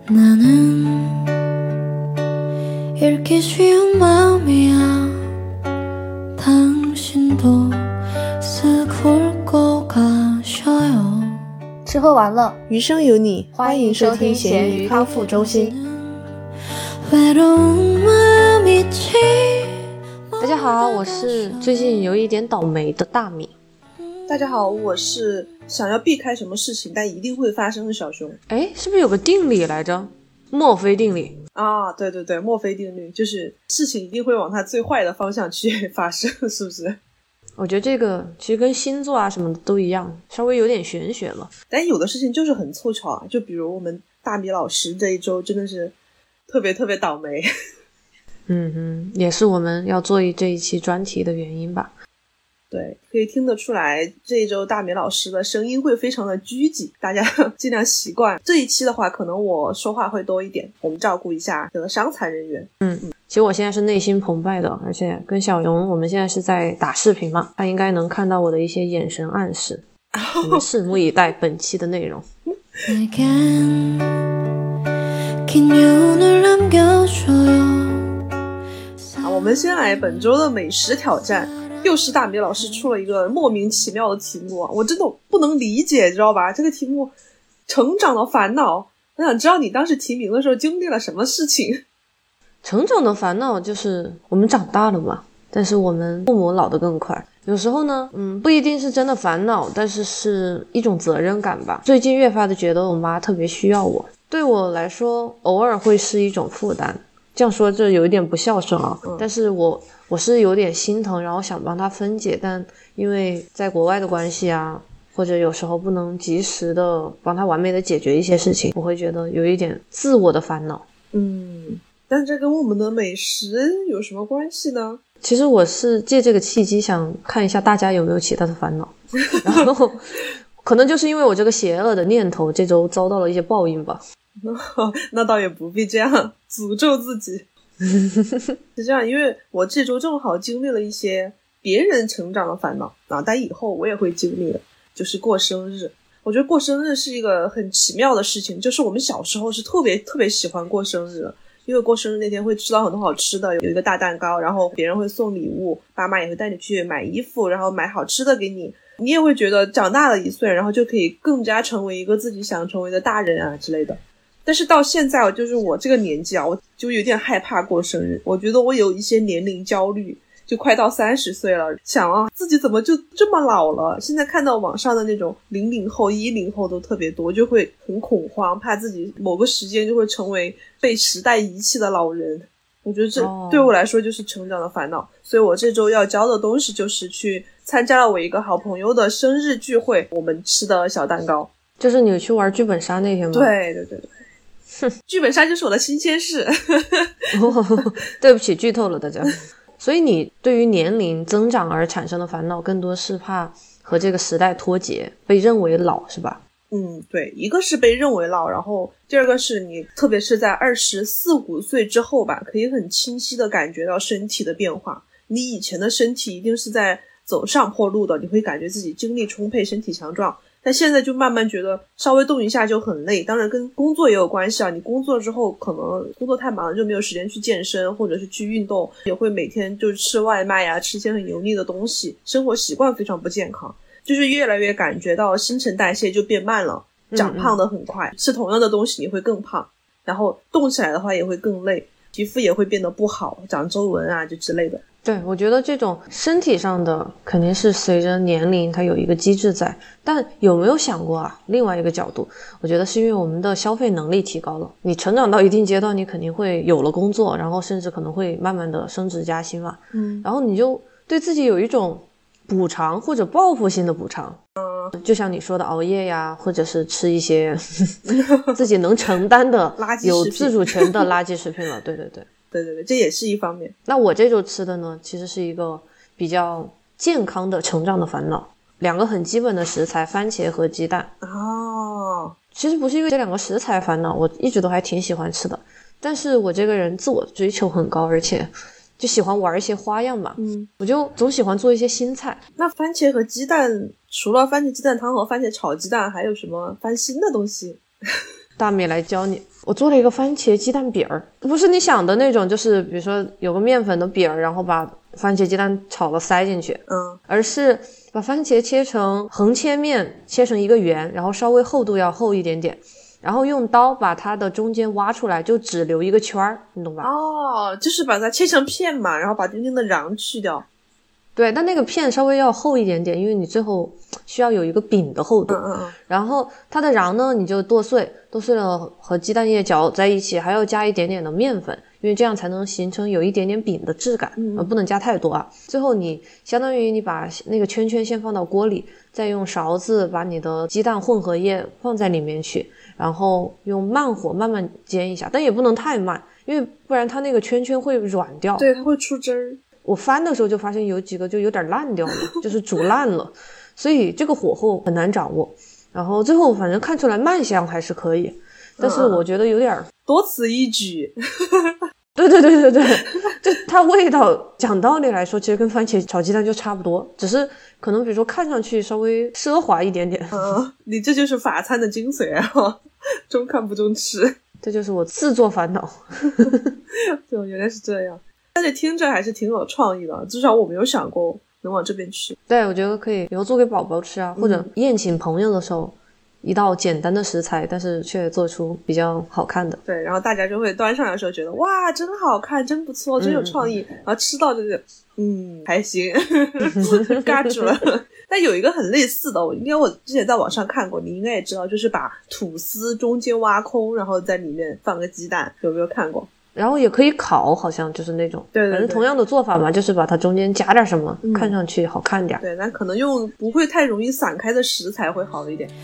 나는 읽기 쉬운 마음이야 당신도 쓰고 읽고 가셔요 吃喝玩乐余生有你， 欢迎收听咸鱼康复中心。大家好，我是最近有一点倒霉的大米。 大家好，我是想要避开什么事情但一定会发生的小熊。 是不是有个定理来着？墨菲定理啊，对对对，墨菲定律就是事情一定会往它最坏的方向去发生，是不是？ 我觉得这个其实跟星座啊什么的都一样，稍微有点玄学了。 但有的事情就是很凑巧啊，就比如我们大米老师这一周真的是特别特别倒霉。 也是我们要做这一期专题的原因吧。 对，可以听得出来这一周大米老师的声音会非常的拘谨，大家尽量习惯。这一期的话可能我说话会多一点，我们照顾一下这个伤残人员。 其实我现在是内心澎湃的，而且跟小熊我们现在是在打视频嘛，他应该能看到我的一些眼神暗示。我们拭目以待本期的内容。 我们先来本周的美食挑战，又是大米老师出了一个莫名其妙的题目，我真的不能理解，知道吧？这个题目成长的烦恼，我想知道你当时提名的时候经历了什么事情。 成长的烦恼就是我们长大了嘛，但是我们父母老得更快。有时候呢不一定是真的烦恼，但是是一种责任感吧。最近越发的觉得我妈特别需要我，对我来说偶尔会是一种负担。这样说这有一点不孝顺啊，但是我是有点心疼，然后想帮她分解，但因为在国外的关系啊，或者有时候不能及时的帮她完美的解决一些事情，我会觉得有一点自我的烦恼。 但这跟我们的美食有什么关系呢？ 其实我是借这个契机想看一下大家有没有其他的烦恼然后可能就是因为我这个邪恶的念头这周遭到了一些报应吧。 那倒也不必这样诅咒自己是这样，因为我这周正好经历了一些别人成长的烦恼但以后我也会经历的，就是过生日。我觉得过生日是一个很奇妙的事情，就是我们小时候是特别特别喜欢过生日，因为过生日那天会吃到很多好吃的，有一个大蛋糕，然后别人会送礼物，爸妈也会带你去买衣服，然后买好吃的给你，你也会觉得长大了1岁，然后就可以更加成为一个自己想成为的大人啊之类的。但是到现在就是我这个年纪啊，我就有点害怕过生日，我觉得我有一些年龄焦虑，就快到30岁了，想自己怎么就这么老了。现在看到网上的那种00后10后都特别多，就会很恐慌，怕自己某个时间就会成为被时代遗弃的老人。我觉得这对我来说就是成长的烦恼。所以我这周要教的东西就是去参加了我一个好朋友的生日聚会，我们吃的小蛋糕。 就是你去玩剧本杀那天吗？ 对对对对剧本杀就是我的新鲜事对不起剧透了大家。所以你对于年龄增长而产生的烦恼更多是怕和这个时代脱节，被认为老是吧？ 对，一个是被认为老，然后第二个是你特别是在24、25岁之后吧，可以很清晰的感觉到身体的变化。你以前的身体一定是在走上坡路的，你会感觉自己精力充沛，身体强壮，但现在就慢慢觉得稍微动一下就很累。当然跟工作也有关系啊，你工作之后可能工作太忙了，就没有时间去健身或者是去运动，也会每天就吃外卖啊，吃一些很油腻的东西，生活习惯非常不健康，就是越来越感觉到新陈代谢就变慢了，长胖的很快，吃同样的东西你会更胖，然后动起来的话也会更累，皮肤也会变得不好，长皱纹啊就之类的。 对，我觉得这种身体上的肯定是随着年龄它有一个机制在，但有没有想过另外一个角度，我觉得是因为我们的消费能力提高了，你成长到一定阶段你肯定会有了工作，然后甚至可能会慢慢的升职加薪嘛，然后你就对自己有一种补偿或者报复性的补偿，就像你说的熬夜呀，或者是吃一些自己能承担的有自主权的垃圾食品了。对对对对对对，这也是一方面。 那我这周吃的呢，其实是一个比较健康的成长的烦恼，两个很基本的食材，番茄和鸡蛋。其实不是因为这两个食材烦恼，我一直都还挺喜欢吃的，但是我这个人自我追求很高，而且就喜欢玩一些花样嘛，我就总喜欢做一些新菜。 那番茄和鸡蛋，除了番茄鸡蛋汤和番茄炒鸡蛋，还有什么翻新的东西？ 大米来教你。 我做了一个番茄鸡蛋饼儿，不是你想的那种，就是比如说有个面粉的饼儿，然后把番茄鸡蛋炒了塞进去，而是把番茄切成横切面，切成一个圆，然后稍微厚度要厚一点点，然后用刀把它的中间挖出来，就只留一个圈儿，你懂吧？ 哦，就是把它切成片嘛，然后把中间的瓤去掉。 对，但那个片稍微要厚一点点，因为你最后需要有一个饼的厚度。然后它的瓤呢，你就剁碎了和鸡蛋液搅在一起，还要加一点点的面粉，因为这样才能形成有一点点饼的质感，不能加太多啊。最后你相当于你把那个圈圈先放到锅里，再用勺子把你的鸡蛋混合液放在里面去，然后用慢火慢慢煎一下，但也不能太慢，因为不然它那个圈圈会软掉。 对，它会出汁儿。 我翻的时候就发现有几个就有点烂掉了，就是煮烂了，所以这个火候很难掌握。然后最后反正看出来卖相还是可以，但是我觉得有点多此一举。 对，就它味道讲道理来说其实跟番茄炒鸡蛋就差不多，只是可能比如说看上去稍微奢华一点点。 你这就是法餐的精髓啊，中看不中吃。 这就是我自作烦恼。 对，原来是这样。但是听着还是挺有创意的，至少我没有想过能往这边去。 对，我觉得可以以后做给宝宝吃啊，或者宴请朋友的时候，一道简单的食材，但是却做出比较好看的。 对，然后大家就会端上来的时候觉得哇，真好看，真不错，真有创意。然后吃到就是还行，嘎住了。但有一个很类似的，因为我之前在网上看过，你应该也知道，就是把吐司中间挖空，然后在里面放个鸡蛋，有没有看过？ 然后也可以烤，好像就是那种， 对， 反正同样的做法嘛，就是把它中间加点什么，看上去好看点。 对，那可能用不会太容易散开的食材会好一点。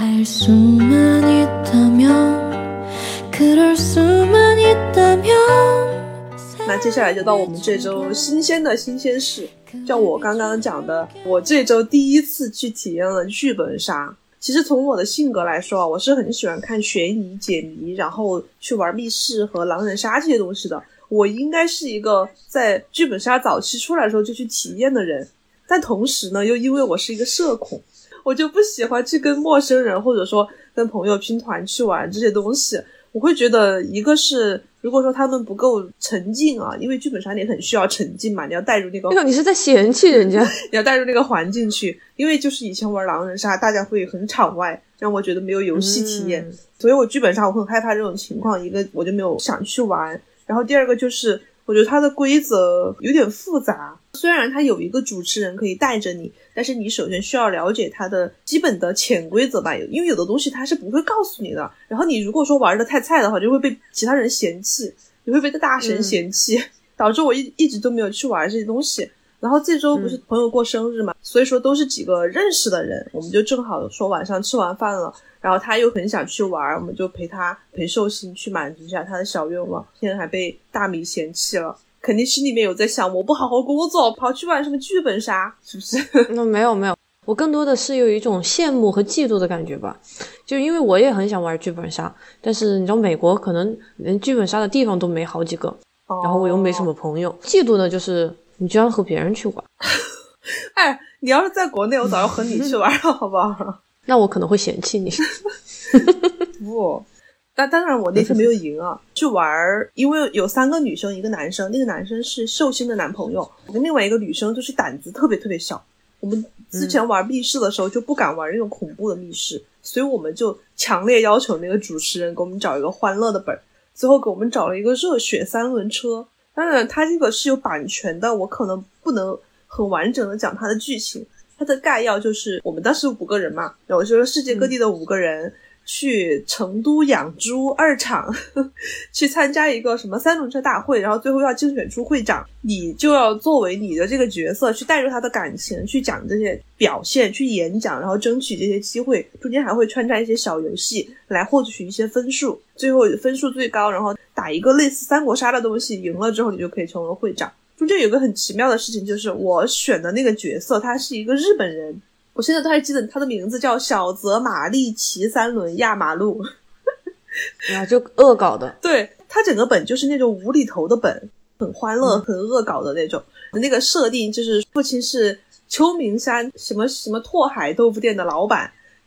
那接下来就到我们这周新鲜的新鲜事，像我刚刚讲的，我这周第一次去体验了剧本杀。其实从我的性格来说，我是很喜欢看悬疑解谜，然后去玩密室和狼人杀这些东西的。我应该是一个在剧本杀早期出来的时候就去体验的人，但同时呢，又因为我是一个社恐，我就不喜欢去跟陌生人或者说跟朋友拼团去玩这些东西。我会觉得一个是如果说他们不够沉浸啊，因为剧本杀你很需要沉浸嘛，你要带入那个， 你是在嫌弃人家你要带入那个环境去，因为就是以前玩狼人杀大家会很场外，让我觉得没有游戏体验，所以我剧本杀我很害怕这种情况，一个我就没有想去玩，然后第二个就是我觉得它的规则有点复杂，虽然它有一个主持人可以带着你，但是你首先需要了解它的基本的潜规则吧，因为有的东西它是不会告诉你的，然后你如果说玩的太菜的话，就会被其他人嫌弃，你会被大神嫌弃，导致我一直都没有去玩这些东西。然后这周不是朋友过生日嘛，所以说都是几个认识的人，我们就正好说晚上吃完饭了，然后他又很想去玩，我们就陪寿星去满足一下他的小愿望。现在还被大米嫌弃了，肯定心里面有在想，我不好好工作跑去玩什么剧本杀，是不是？ 那没有，我更多的是有一种羡慕和嫉妒的感觉吧，就因为我也很想玩剧本杀，但是你知道美国可能连剧本杀的地方都没好几个，然后我又没什么朋友。嫉妒呢就是你居然和别人去玩。 哎，你要是在国内我早要和你去玩了好不好？ 那我可能会嫌弃你。 不，但当然我那天没有赢啊。去玩，因为有3个女生一个男生，那个男生是寿星的男朋友，我跟另外一个女生就是胆子特别特别小，我们之前玩密室的时候就不敢玩那种恐怖的密室，所以我们就强烈要求那个主持人给我们找一个欢乐的本，最后给我们找了一个热血3轮车。当然它这个是有版权的，我可能不能很完整的讲它的剧情。它的概要就是我们当时5个人嘛，然后就是世界各地的5个人去成都养猪2场去参加一个什么3轮车大会，然后最后要竞选出会长，你就要作为你的这个角色去带入他的感情，去讲这些表现，去演讲，然后争取这些机会，中间还会穿插一些小游戏来获取一些分数，最后分数最高，然后打一个类似三国杀的东西，赢了之后你就可以成为会长。中间有个很奇妙的事情，就是我选的那个角色他是一个日本人，我现在都还记得他的名字叫小泽玛丽骑3轮压马路啊，就恶搞的。 对，他整个本就是那种无厘头的本，很欢乐很恶搞的那种。那个设定就是父亲是秋名山什么什么拓海豆腐店的老板，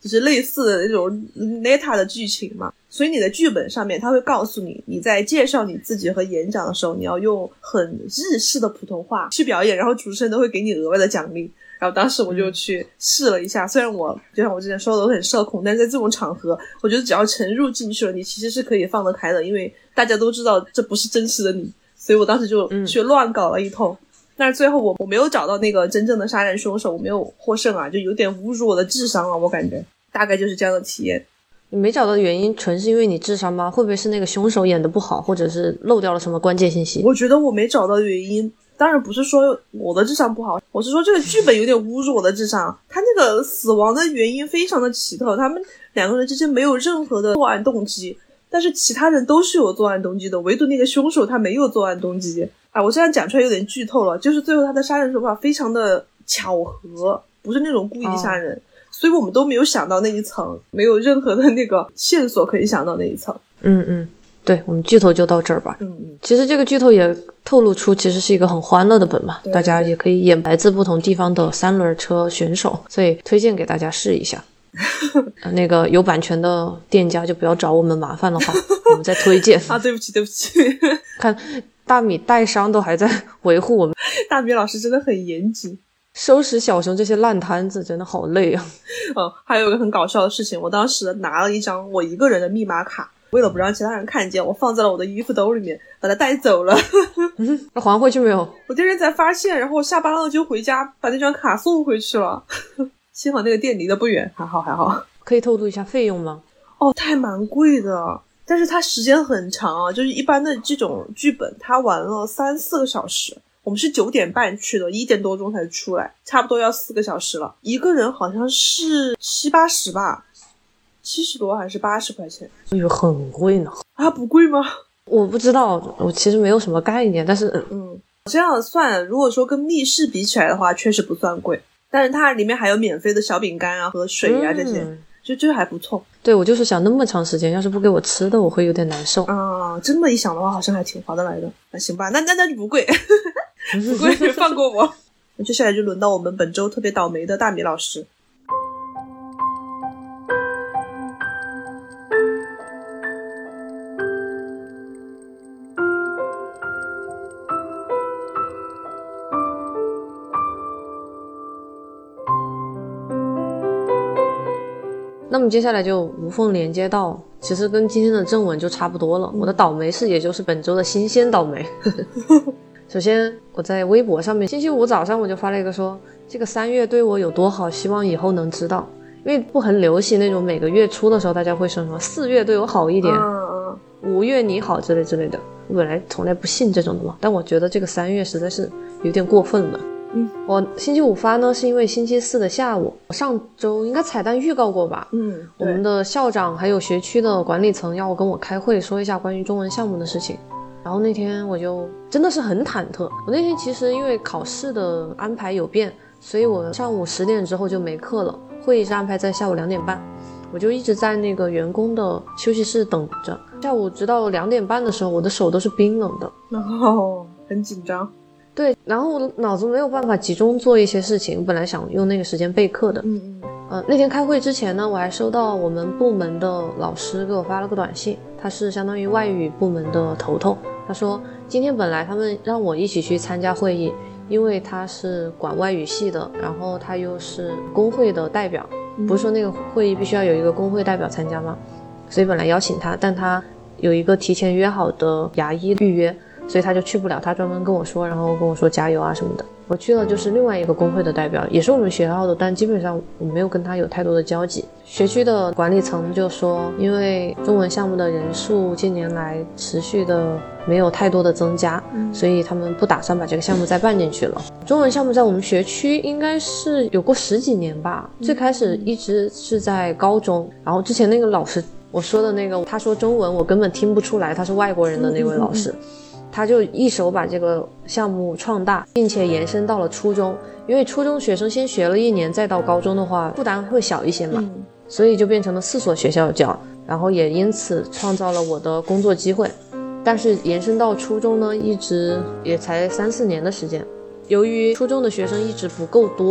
就是类似的那种 Neta 的剧情嘛。所以你的剧本上面它会告诉你，你在介绍你自己和演讲的时候，你要用很日式的普通话去表演，然后主持人都会给你额外的奖励。然后当时我就去试了一下，虽然我就像我之前说的我很社恐，但是在这种场合我觉得只要沉入进去了，你其实是可以放得开的，因为大家都知道这不是真实的你。所以我当时就去乱搞了一通。但是最后我没有找到那个真正的杀人凶手，我没有获胜啊，就有点侮辱我的智商啊，我感觉大概就是这样的体验。 你没找到原因纯是因为你智商吗？会不会是那个凶手演得不好，或者是漏掉了什么关键信息？ 我觉得我没找到原因，当然不是说我的智商不好，我是说这个剧本有点侮辱我的智商。他那个死亡的原因非常的奇特，他们两个人之间没有任何的作案动机，但是其他人都是有作案动机的，唯独那个凶手他没有作案动机。我这样讲出来有点剧透了，就是最后他的杀人手法非常的巧合，不是那种故意杀人，所以我们都没有想到那一层，没有任何的那个线索可以想到那一层。 对，我们剧透就到这儿吧。其实这个剧透也透露出其实是一个很欢乐的本嘛，大家也可以演来自不同地方的三轮车选手，所以推荐给大家试一下。那个有版权的店家就不要找我们麻烦了哈，我们再推荐啊，对不起看大米带伤都还在维护我们， 大米老师真的很严谨， 收拾小熊这些烂摊子真的好累啊。 还有一个很搞笑的事情，我当时拿了一张我一个人的密码卡，为了不让其他人看见，我放在了我的衣服兜里面，把它带走了。 还回去没有？我第二天才发现，然后我下班了就回家把那张卡送回去了。幸好那个店离得不远，还好。 可以透露一下费用吗？ 太蛮贵的，但是它时间很长啊，就是一般的这种剧本它玩了3-4个小时，我们是9点半去的，1点多钟才出来，差不多要4个小时了。一个人好像是70-80吧，70多还是80块钱。 哎呦，很贵呢。 不贵吗？ 我不知道，我其实没有什么概念，但是这样算，如果说跟密室比起来的话确实不算贵，但是它里面还有免费的小饼干啊和水啊这些，就还不错。对， 我就是想那么长时间要是不给我吃的我会有点难受啊。这么一想的话好像还挺划得来的。那行吧，那就不贵不贵，放过我。那接下来就轮到我们本周特别倒霉的大米老师。 那么接下来就无缝连接到，其实跟今天的正文就差不多了。我的倒霉事也就是本周的新鲜倒霉。首先我在微博上面星期五早上我就发了一个说，这个3月对我有多好，希望以后能知道。因为不很流行那种每个月初的时候大家会说什么4月对我好一点，5月你好之类的。我本来从来不信这种的嘛，但我觉得这个3月实在是有点过分了。我星期五发呢是因为星期四的下午，我上周应该彩蛋预告过吧，我们的校长还有学区的管理层要跟我开会说一下关于中文项目的事情。然后那天我就真的是很忐忑，我那天其实因为考试的安排有变，所以我上午10点之后就没课了，会议是安排在下午2点半，我就一直在那个员工的休息室等着，下午直到2点半的时候我的手都是冰冷的， 很紧张。 对，然后我脑子没有办法集中做一些事情，本来想用那个时间备课的。那天开会之前呢，我还收到我们部门的老师给我发了个短信，他是相当于外语部门的头头，他说今天本来他们让我一起去参加会议，因为他是管外语系的，然后他又是工会的代表，不是说那个会议必须要有一个工会代表参加吗？所以本来邀请他，但他有一个提前约好的牙医预约，所以他就去不了，他专门跟我说，然后跟我说加油啊什么的。我去了就是另外一个工会的代表，也是我们学校的，但基本上我没有跟他有太多的交集。学区的管理层就说，因为中文项目的人数近年来持续的没有太多的增加，所以他们不打算把这个项目再办进去了。中文项目在我们学区应该是有过10几年吧，最开始一直是在高中，然后之前那个老师我说的那个，他说中文我根本听不出来他是外国人的那位老师，他就一手把这个项目创大，并且延伸到了初中，因为初中学生先学了1年再到高中的话负担会小一些嘛，所以就变成了4所学校教，然后也因此创造了我的工作机会。但是延伸到初中呢，一直也才3-4年的时间，由于初中的学生一直不够多，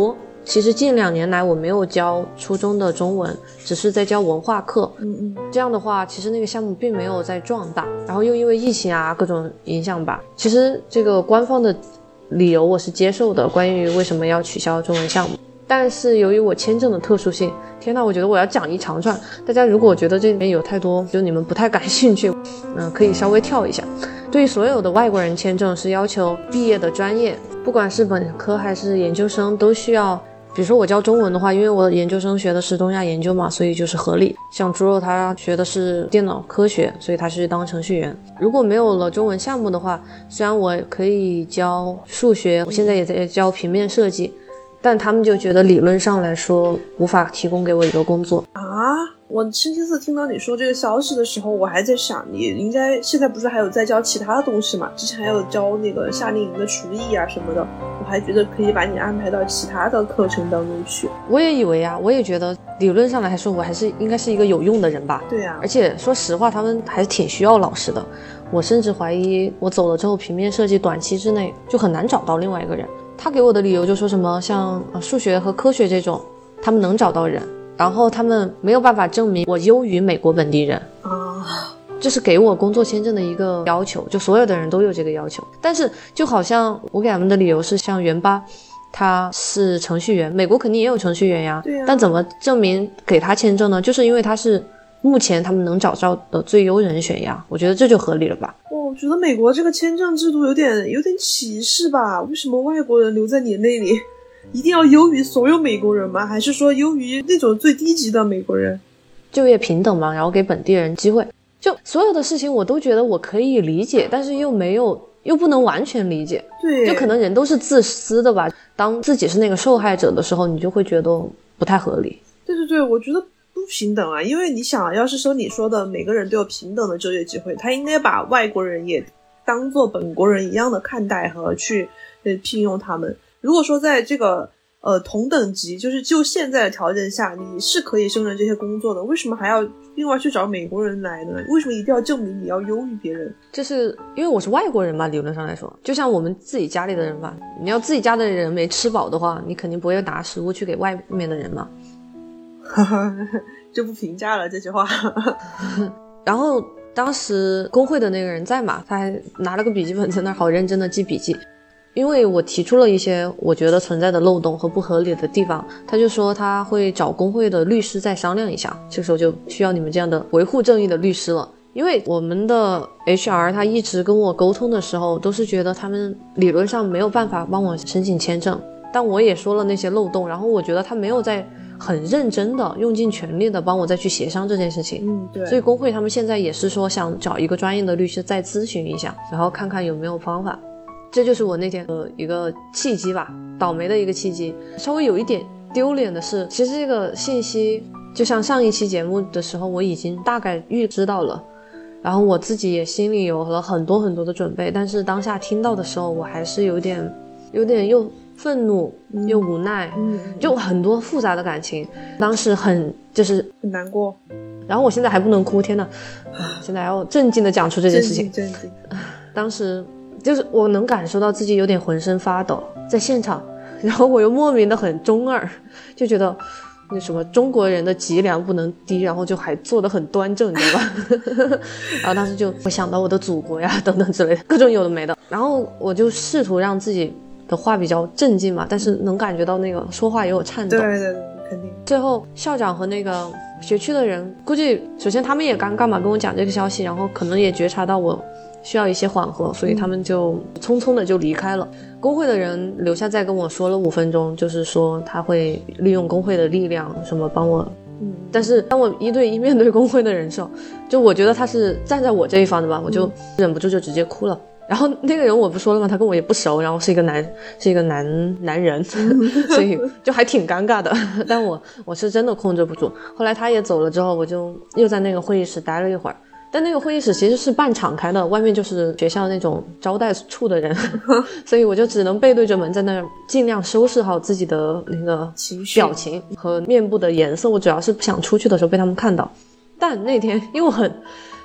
其实近2年来我没有教初中的中文，只是在教文化课。这样的话其实那个项目并没有在壮大，然后又因为疫情啊各种影响吧，其实这个官方的理由我是接受的，关于为什么要取消中文项目。但是由于我签证的特殊性，天哪，我觉得我要讲一长串，大家如果觉得这里面有太多就你们不太感兴趣，可以稍微跳一下。对于所有的外国人签证是要求毕业的专业，不管是本科还是研究生都需要，比如说我教中文的话，因为我研究生学的是东亚研究嘛，所以就是合理。像猪肉他学的是电脑科学，所以他是当程序员。如果没有了中文项目的话，虽然我可以教数学，我现在也在教平面设计，但他们就觉得理论上来说无法提供给我一个工作啊。我星期四听到你说这个消息的时候，我还在想你应该现在不是还有在教其他的东西嘛，之前还有教那个夏令营的厨艺啊什么的，我还觉得可以把你安排到其他的课程当中去。 我也以为啊，我也觉得理论上来说我还是应该是一个有用的人吧。 对啊， 而且说实话他们还是挺需要老师的，我甚至怀疑我走了之后平面设计短期之内就很难找到另外一个人。他给我的理由就说什么像数学和科学这种他们能找到人，然后他们没有办法证明我优于美国本地人啊， 这是给我工作签证的一个要求，就所有的人都有这个要求。但是就好像我给他们的理由是像袁巴他是程序员，美国肯定也有程序员呀， 对呀， 但怎么证明给他签证呢？就是因为他是目前他们能找到的最优人选呀，我觉得这就合理了吧。 我觉得美国这个签证制度有点歧视吧？为什么外国人留在你那里一定要优于所有美国人吗？还是说优于那种最低级的美国人？ 就业平等嘛，然后给本地人机会，就所有的事情我都觉得我可以理解，但是又不能完全理解。 对， 就可能人都是自私的吧，当自己是那个受害者的时候，你就会觉得不太合理。 对，我觉得不平等啊，因为你想，要是说你说的每个人都有平等的就业机会，他应该把外国人也当做本国人一样的看待和去聘用他们。如果说在这个同等级，就现在的条件下你是可以胜任这些工作的，为什么还要另外去找美国人来呢？为什么一定要证明你要优于别人？ 就是因为我是外国人嘛，理论上来说就像我们自己家里的人嘛，你要自己家的人没吃饱的话，你肯定不会拿食物去给外面的人嘛。 就不评价了这句话。 然后当时工会的那个人在嘛，他还拿了个笔记本在那儿好认真的记笔记。因为我提出了一些我觉得存在的漏洞和不合理的地方，他就说他会找工会的律师再商量一下，这个时候就需要你们这样的维护正义的律师了。因为我们的 HR 他一直跟我沟通的时候都是觉得他们理论上没有办法帮我申请签证，但我也说了那些漏洞，然后我觉得他没有在很认真的用尽全力的帮我再去协商这件事情。 对， 所以工会他们现在也是说想找一个专业的律师再咨询一下，然后看看有没有方法。这就是我那天的一个契机吧，倒霉的一个契机。稍微有一点丢脸的是，其实这个信息就像上一期节目的时候我已经大概预知到了，然后我自己也心里有了很多很多的准备，但是当下听到的时候我还是有点又愤怒又无奈，就很多复杂的感情。当时很难过， 然后我现在还不能哭，天哪，现在要镇静的讲出这件事情。 镇静。 当时就是我能感受到自己有点浑身发抖，在现场，然后我又莫名的很中二，就觉得那什么中国人的脊梁不能低，然后就还坐得很端正，你知道吧？然后当时就会想到我的祖国呀等等之类的各种有的没的，然后我就试图让自己的话比较镇静嘛，但是能感觉到那个说话也有颤抖。 对，肯定。 最后校长和那个学区的人估计首先他们也尴尬嘛，跟我讲这个消息，然后可能也觉察到我需要一些缓和，所以他们就匆匆的就离开了。工会的人留下再跟我说了5分钟，就是说他会利用工会的力量什么帮我。但是当我一对一面对工会的人时候，就我觉得他是站在我这一方的吧，我就忍不住就直接哭了。然后那个人我不说了吗，他跟我也不熟，然后是一个男人所以就还挺尴尬的。但我是真的控制不住。后来他也走了之后，我就又在那个会议室待了一会儿，但那个会议室其实是半敞开的，外面就是学校那种招待处的人所以我就只能背对着门在那儿尽量收拾好自己的那个表情和面部的颜色，我主要是不想出去的时候被他们看到。但那天因为我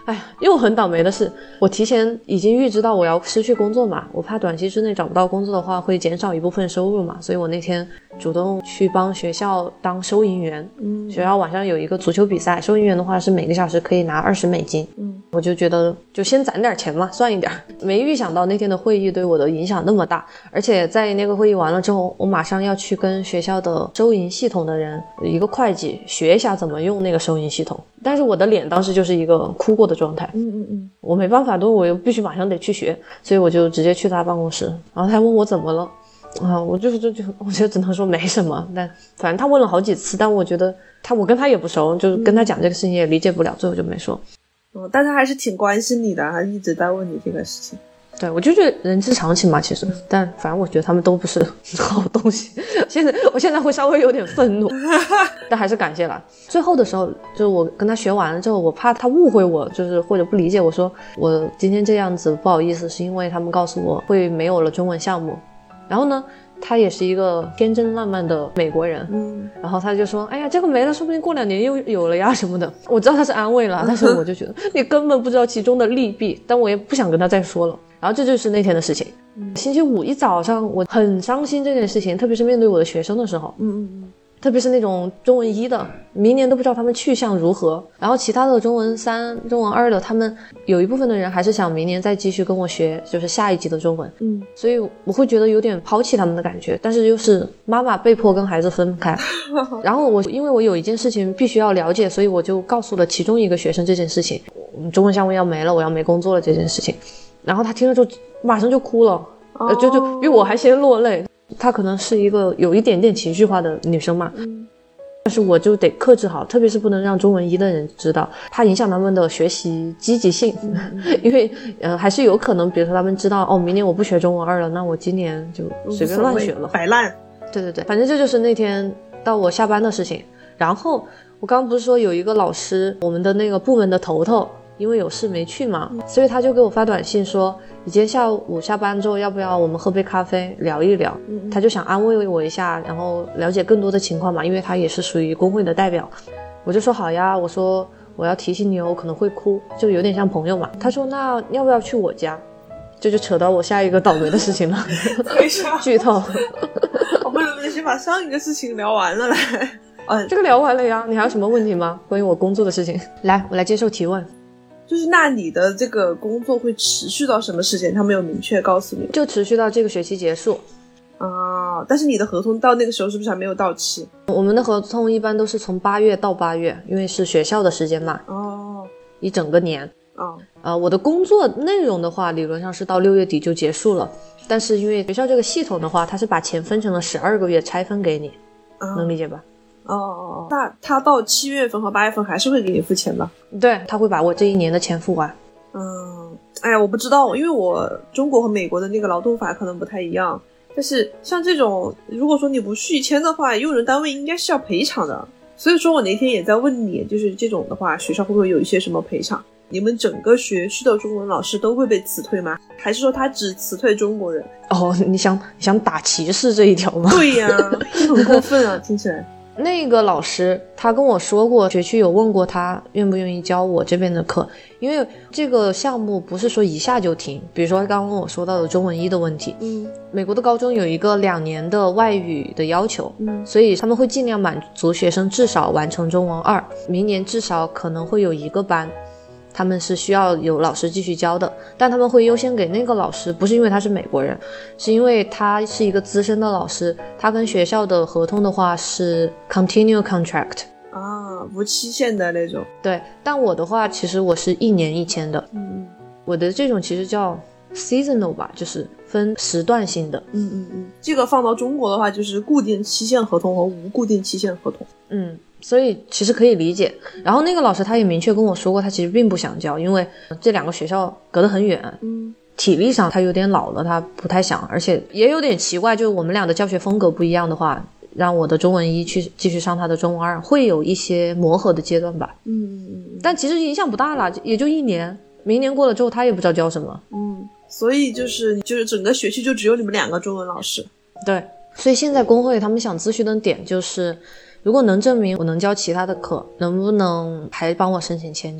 哎呀，又很倒霉的是，我提前已经预知到我要失去工作嘛，我怕短期之内找不到工作的话会减少一部分收入嘛，所以我那天主动去帮学校当收银员。学校晚上有一个足球比赛，收银员的话是每个小时可以拿$20。我就觉得就先攒点钱嘛，算一点。没预想到那天的会议对我的影响那么大，而且在那个会议完了之后，我马上要去跟学校的收银系统的人，一个会计学一下怎么用那个收银系统。但是我的脸当时就是一个哭过的状态，我没办法，我又必须马上得去学，所以我就直接去他办公室，然后他问我怎么了我就只能说没什么，但反正他问了好几次，但我觉得我跟他也不熟，就是跟他讲这个事情也理解不了，最后就没说。 但他还是挺关心你的，他一直在问你这个事情。 对，我就觉得人之常情嘛，其实，但反正我觉得他们都不是好东西。我现在会稍微有点愤怒，但还是感谢了。最后的时候，就是我跟他学完了之后，我怕他误会我，就是或者不理解，我说我今天这样子不好意思，是因为他们告诉我会没有了中文项目。然后呢，他也是一个天真烂漫的美国人，然后他就说，哎呀，这个没了，说不定过2年又有了呀什么的。我知道他是安慰了，但是我就觉得你根本不知道其中的利弊，但我也不想跟他再说了。然后这就是那天的事情。星期五一早上我很伤心这件事情，特别是面对我的学生的时候，特别是那种中文1的，明年都不知道他们去向如何，然后其他的中文3、中文2的，他们有一部分的人还是想明年再继续跟我学，就是下一级的中文。所以我会觉得有点抛弃他们的感觉，但是又是妈妈被迫跟孩子分开。然后因为我有一件事情必须要了解，所以我就告诉了其中一个学生这件事情，中文项目要没了，我要没工作了这件事情。然后他听了之后马上就哭了，就比我还先落泪。她可能是一个有一点点情绪化的女生嘛，但是我就得克制好，特别是不能让中文1的人知道，怕影响他们的学习积极性。因为还是有可能，比如说他们知道明年我不学中文2了，那我今年就随便乱学了， 摆烂。 对，反正这就是那天到我下班的事情。然后我刚刚不是说有一个老师，我们的那个部门的头头因为有事没去嘛，所以他就给我发短信说，你今天下午下班之后要不要我们喝杯咖啡聊一聊。他就想安慰我一下，然后了解更多的情况嘛，因为他也是属于工会的代表。我就说好呀，我说我要提醒你我可能会哭，就有点像朋友嘛。他说那要不要去我家，这就扯到我下一个倒霉的事情了。剧透。 我们能不能先把上一个事情聊完了来？ 这个聊完了呀，你还有什么问题吗？关于我工作的事情。来，我来接受提问。 就是那你的这个工作会持续到什么时间？他没有明确告诉你。 就持续到这个学期结束。 但是你的合同到那个时候是不是还没有到期？ 我们的合同一般都是从8月到8月，因为是学校的时间嘛。一整个年。我的工作内容的话，理论上是到6月底就结束了，但是因为学校这个系统的话，它是把钱分成了12个月拆分给你，能理解吧？ 那他到7月份和8月份还是会给你付钱吧？ 对，他会把我这一年的钱付完。 哎呀，我不知道，因为我中国和美国的那个劳动法可能不太一样，但是像这种如果说你不续签的话，用人单位应该是要赔偿的。所以说我那天也在问你，就是这种的话学校会不会有一些什么赔偿？你们整个学区的中文老师都会被辞退吗？还是说他只辞退中国人？你想打歧视这一条吗？ 对呀，很过分啊，听起来。 那个老师他跟我说过，学区有问过他愿不愿意教我这边的课，因为这个项目不是说一下就停，比如说刚刚我说到的中文1的问题，美国的高中有一个2年的外语的要求，所以他们会尽量满足学生至少完成中文2，明年至少可能会有1个班他们是需要有老师继续教的，但他们会优先给那个老师，不是因为他是美国人，是因为他是一个资深的老师，他跟学校的合同的话是 continue contract 无期限的那种。 对，但我的话其实我是1年1签的，我的这种其实叫 seasonal 吧，就是分时段性的。 这个放到中国的话就是固定期限合同和无固定期限合同。 所以其实可以理解。然后那个老师他也明确跟我说过，他其实并不想教，因为这2个学校隔得很远，体力上他有点老了，他不太想，而且也有点奇怪，就是我们俩的教学风格不一样的话，让我的中文1去继续上他的中文2，会有一些磨合的阶段吧。但其实影响不大啦，也就1年，明年过了之后他也不知道教什么。 所以就是整个学期就只有你们2个中文老师。 对，所以现在工会他们想咨询的点就是，如果能证明我能教其他的课，能不能还帮我申请签证？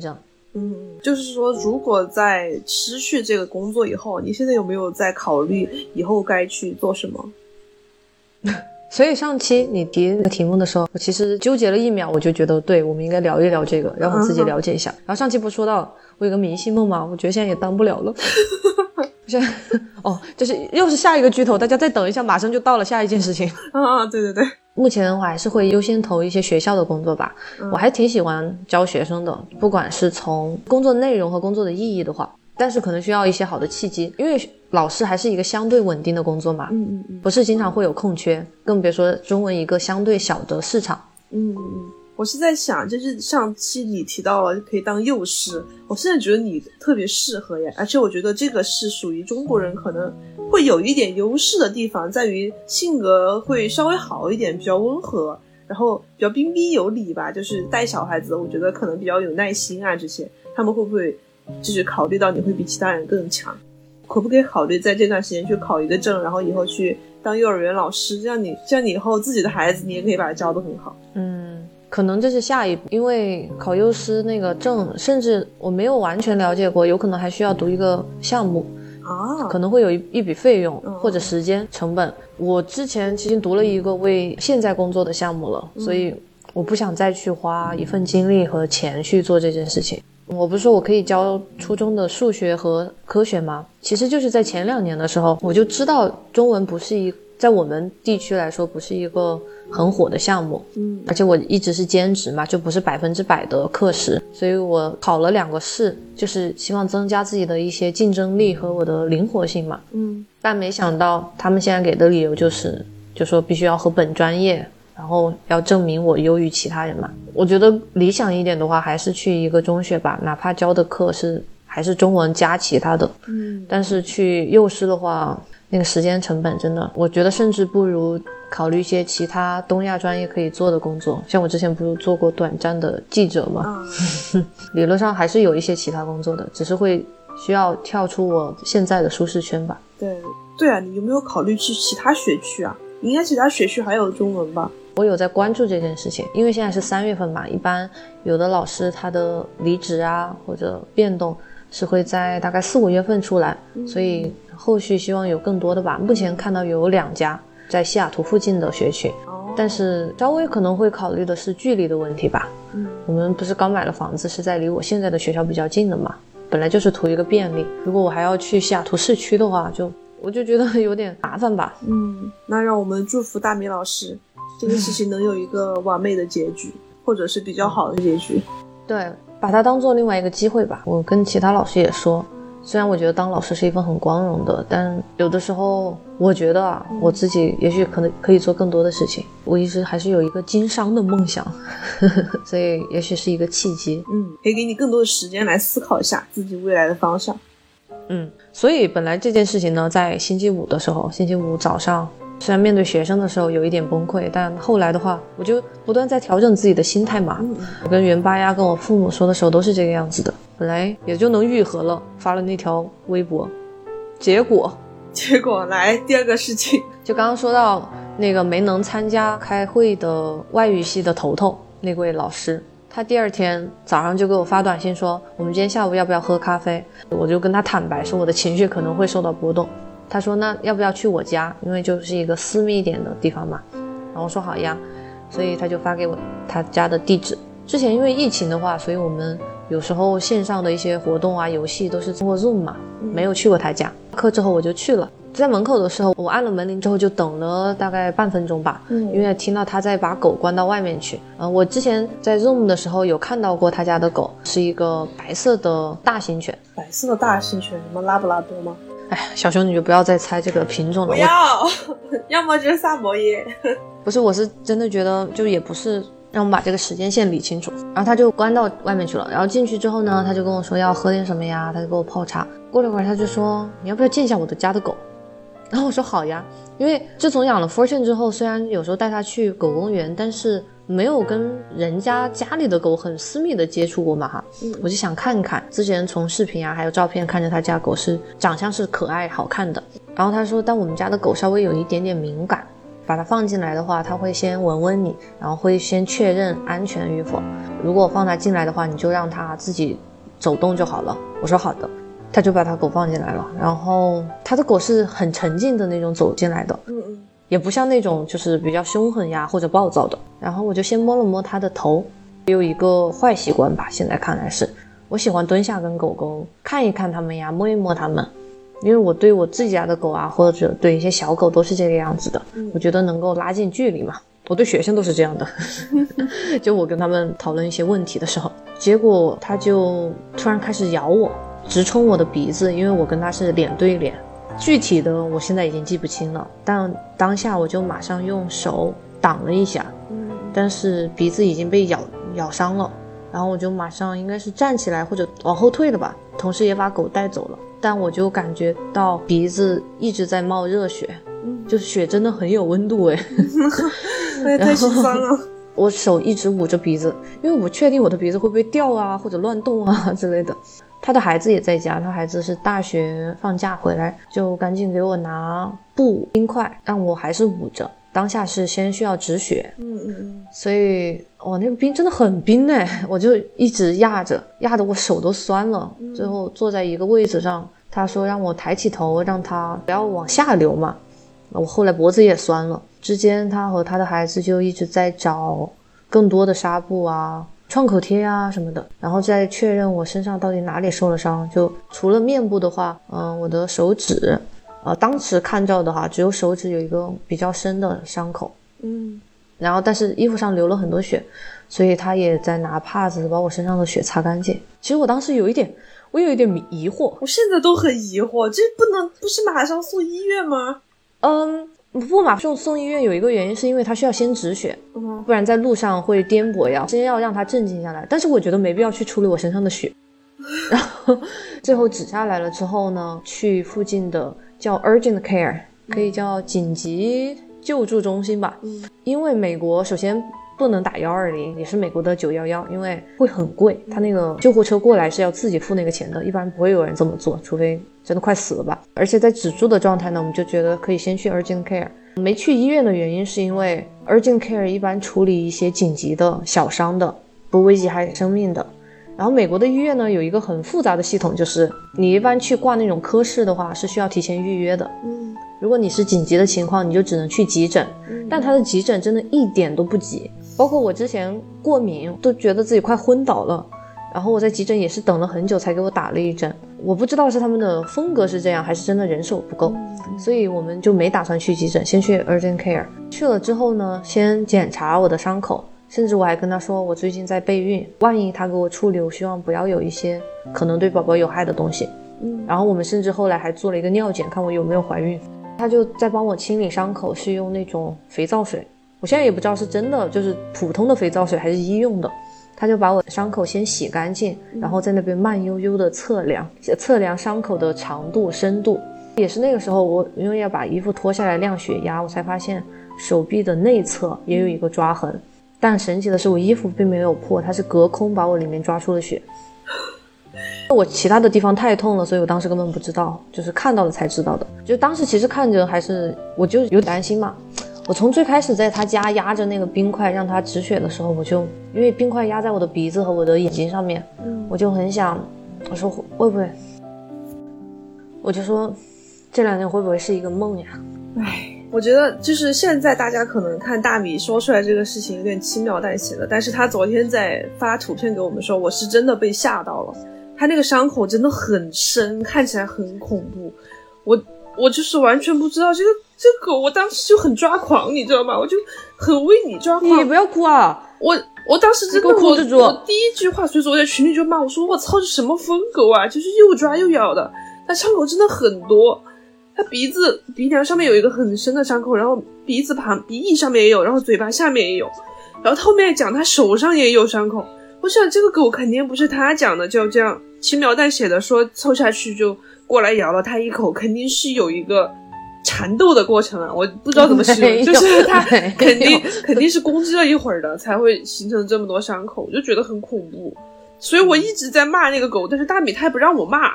就是说如果在失去这个工作以后，你现在有没有在考虑以后该去做什么？ 所以上期你提那个题目的时候，我其实纠结了1秒，我就觉得对，我们应该聊一聊这个，让我自己了解一下。然后上期不是说到我有个明星梦吗？我觉得现在也当不了了。现在就是又是下一个剧透，大家再等一下，马上就到了下一件事情。 对， 目前我还是会优先投一些学校的工作吧，我还挺喜欢教学生的，不管是从工作内容和工作的意义的话，但是可能需要一些好的契机，因为老师还是一个相对稳定的工作嘛，不是经常会有空缺，更别说中文一个相对小的市场。 我是在想，就是上期你提到了可以当幼师，我现在觉得你特别适合耶，而且我觉得这个是属于中国人可能会有一点优势的地方，在于性格会稍微好一点，比较温和，然后比较彬彬有礼吧，就是带小孩子我觉得可能比较有耐心啊，这些他们会不会就是考虑到你会比其他人更强，可不可以考虑在这段时间去考一个证，然后以后去当幼儿园老师，这样你以后自己的孩子你也可以把他教得很好。 可能这是下一步，因为考幼师那个证，甚至我没有完全了解过，有可能还需要读一个项目可能会有一笔费用或者时间成本。我之前其实读了一个为现在工作的项目了，所以我不想再去花一份精力和钱去做这件事情。我不是说我可以教初中的数学和科学吗？其实就是在前2年的时候，我就知道中文不是在我们地区来说不是一个很火的项目，而且我一直是兼职嘛，就不是100%的课时，所以我考了2个试，就是希望增加自己的一些竞争力和我的灵活性嘛。但没想到他们现在给的理由就说必须要和本专业，然后要证明我优于其他人嘛。我觉得理想一点的话，还是去一个中学吧，哪怕教的课还是中文加其他的。但是去幼师的话，那个时间成本真的，我觉得甚至不如考虑一些其他东亚专业可以做的工作。像我之前不是做过短暂的记者吗？理论上还是有一些其他工作的，只是会需要跳出我现在的舒适圈吧。 对啊，你有没有考虑去其他学区啊？应该其他学区还有中文吧？ 我有在关注这件事情，因为现在是3月份嘛，一般有的老师他的离职啊或者变动是会在大概4、5月份出来，所以后续希望有更多的吧。目前看到有2家在西雅图附近的学区，但是稍微可能会考虑的是距离的问题吧。我们不是刚买了房子，是在离我现在的学校比较近的嘛，本来就是图一个便利。如果我还要去西雅图市区的话，我就觉得有点麻烦吧。 那让我们祝福大米老师这个事情能有一个完美的结局，或者是比较好的结局。 对，把它当做另外一个机会吧。我跟其他老师也说，虽然我觉得当老师是一份很光荣的，但有的时候我觉得我自己也许可以做更多的事情。我一直还是有一个经商的梦想所以也许是一个契机。 可以给你更多的时间来思考一下自己未来的方向。 所以本来这件事情呢，在星期五早上，虽然面对学生的时候有一点崩溃，但后来的话我就不断在调整自己的心态嘛。我跟袁八丫跟我父母说的时候都是这个样子的，本来也就能愈合了，发了那条微博。结果来第2个事情， 就刚刚说到那个没能参加开会的外语系的头那位老师，他第2天早上就给我发短信说，我们今天下午要不要喝咖啡。我就跟他坦白说我的情绪可能会受到波动，他说那要不要去我家，因为就是一个私密一点的地方嘛。然后我说好呀，所以他就发给我他家的地址。之前因为疫情的话，所以我们有时候线上的一些活动啊游戏都是通过 Zoom 嘛，没有去过他家。课之后我就去了，在门口的时候我按了门铃之后就等了大概半分钟吧，因为听到他在把狗关到外面去。我之前在 Zoom 的时候有看到过他家的狗，是一个白色的大型犬。 白色的大型犬，什么拉布拉多吗？ 小熊你就不要再猜这个品种了。 不要要么就是萨摩耶。 不是，我是真的觉得就也不是，让我们把这个时间线理清楚。然后他就关到外面去了，然后进去之后呢，他就跟我说要喝点什么呀，他就给我泡茶。过了一会儿他就说你要不要见一下我的家的狗。然后我说好呀，因为自从养了 Fortune 之后，虽然有时候带他去狗公园，但是没有跟人家里的狗很私密的接触过嘛哈。我就想看看，之前从视频啊还有照片看着他家狗是长相是可爱好看的。然后他说但我们家的狗稍微有一点点敏感，把它放进来的话，它会先闻闻你，然后会先确认安全与否。如果放它进来的话，你就让它自己走动就好了。我说好的，他就把他狗放进来了，然后他的狗是很沉静的那种走进来的，也不像那种就是比较凶狠呀或者暴躁的。然后我就先摸了摸他的头，有一个坏习惯吧，现在看来是我喜欢蹲下跟狗狗看一看它们呀，摸一摸它们，因为我对我自己家的狗啊，或者对一些小狗都是这个样子的，我觉得能够拉近距离嘛。我对学生都是这样的就我跟他们讨论一些问题的时候，结果他就突然开始咬我，直冲我的鼻子，因为我跟他是脸对脸。具体的我现在已经记不清了，但当下我就马上用手挡了一下，但是鼻子已经被咬伤了，然后我就马上应该是站起来或者往后退了吧，同时也把狗带走了。但我就感觉到鼻子一直在冒热血，就是血真的很有温度哎那也太心酸了。 我手一直捂着鼻子，因为我确定我的鼻子会不会掉啊或者乱动啊之类的。他的孩子也在家，他孩子是大学放假回来，就赶紧给我拿布冰块让我还是捂着，当下是先需要止血，所以那个冰真的很冰哎，我就一直压着，压得我手都酸了。最后坐在一个位置上，他说让我抬起头，让他不要往下流嘛。我后来脖子也酸了，之间他和他的孩子就一直在找更多的纱布啊、创口贴啊什么的，然后再确认我身上到底哪里受了伤。就除了面部的话，我的手指当时看到的话只有手指有一个比较深的伤口，然后但是衣服上流了很多血，所以他也在拿帕子把我身上的血擦干净。其实我当时有一点疑惑， 我现在都很疑惑，这不是马上送医院吗？ 不马上送医院有一个原因是因为他需要先止血，不然在路上会颠簸呀，先要让他镇静下来。但是我觉得没必要去处理我身上的血。然后最后止下来了之后呢，去附近的叫 urgent care， 可以叫紧急救助中心吧。因为美国首先不能打120，也是美国的911，因为会很贵，他那个救护车过来是要自己付那个钱的，一般不会有人这么做，除非真的快死了吧。而且在止住的状态呢，我们就觉得可以先去 urgent care。 没去医院的原因是因为 urgent care 一般处理一些紧急的小伤的，不危及害生命的。然后美国的医院呢有一个很复杂的系统，就是你一般去挂那种科室的话是需要提前预约的，如果你是紧急的情况你就只能去急诊，但他的急诊真的一点都不急，包括我之前过敏都觉得自己快昏倒了，然后我在急诊也是等了很久才给我打了一针。我不知道是他们的风格是这样还是真的人手不够，所以我们就没打算去急诊，先去 urgent care。 去了之后呢，先检查我的伤口，甚至我还跟他说我最近在备孕，万一他给我处理，我希望不要有一些可能对宝宝有害的东西。然后我们甚至后来还做了一个尿检，看我有没有怀孕。他就在帮我清理伤口，是用那种肥皂水，我现在也不知道是真的就是普通的肥皂水还是医用的。他就把我的伤口先洗干净，然后在那边慢悠悠的测量伤口的长度深度。也是那个时候我因为要把衣服脱下来量血压，我才发现手臂的内侧也有一个抓痕，但神奇的是我衣服并没有破，它是隔空把我里面抓出了血。我其他的地方太痛了，所以我当时根本不知道，就是看到了才知道的。就当时其实看着还是我就有点担心嘛。我从最开始在他家压着那个冰块让他止血的时候，我就因为冰块压在我的鼻子和我的眼睛上面，我就很想，我说会不会，我就说这2天会不会是一个梦呀。 我觉得就是现在大家可能看大米说出来这个事情有点轻描淡写的，但是他昨天在发图片给我们说，我是真的被吓到了。他那个伤口真的很深，看起来很恐怖。我就是完全不知道这个我当时就很抓狂，你知道吗？我就很为你抓狂。 你不要哭啊！ 我当时真的我第一句话，所以说我在群里就骂我说我操，这什么疯狗啊，就是又抓又咬的。他伤口真的很多，他鼻梁上面有一个很深的伤口，然后鼻翼上面也有，然后嘴巴下面也有，然后他后面讲他手上也有伤口。我想这个狗肯定不是他讲的，就这样轻描淡写的说凑下去就过来咬了他一口，肯定是有一个缠斗的过程啊，我不知道怎么形容，就是他肯定是攻击了一会儿的，才会形成这么多伤口，我就觉得很恐怖。所以我一直在骂那个狗，但是大米他也不让我骂。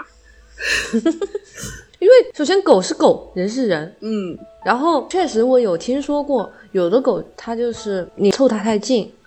因为首先狗是狗，人是人，然后确实我有听说过有的狗它就是你凑它太近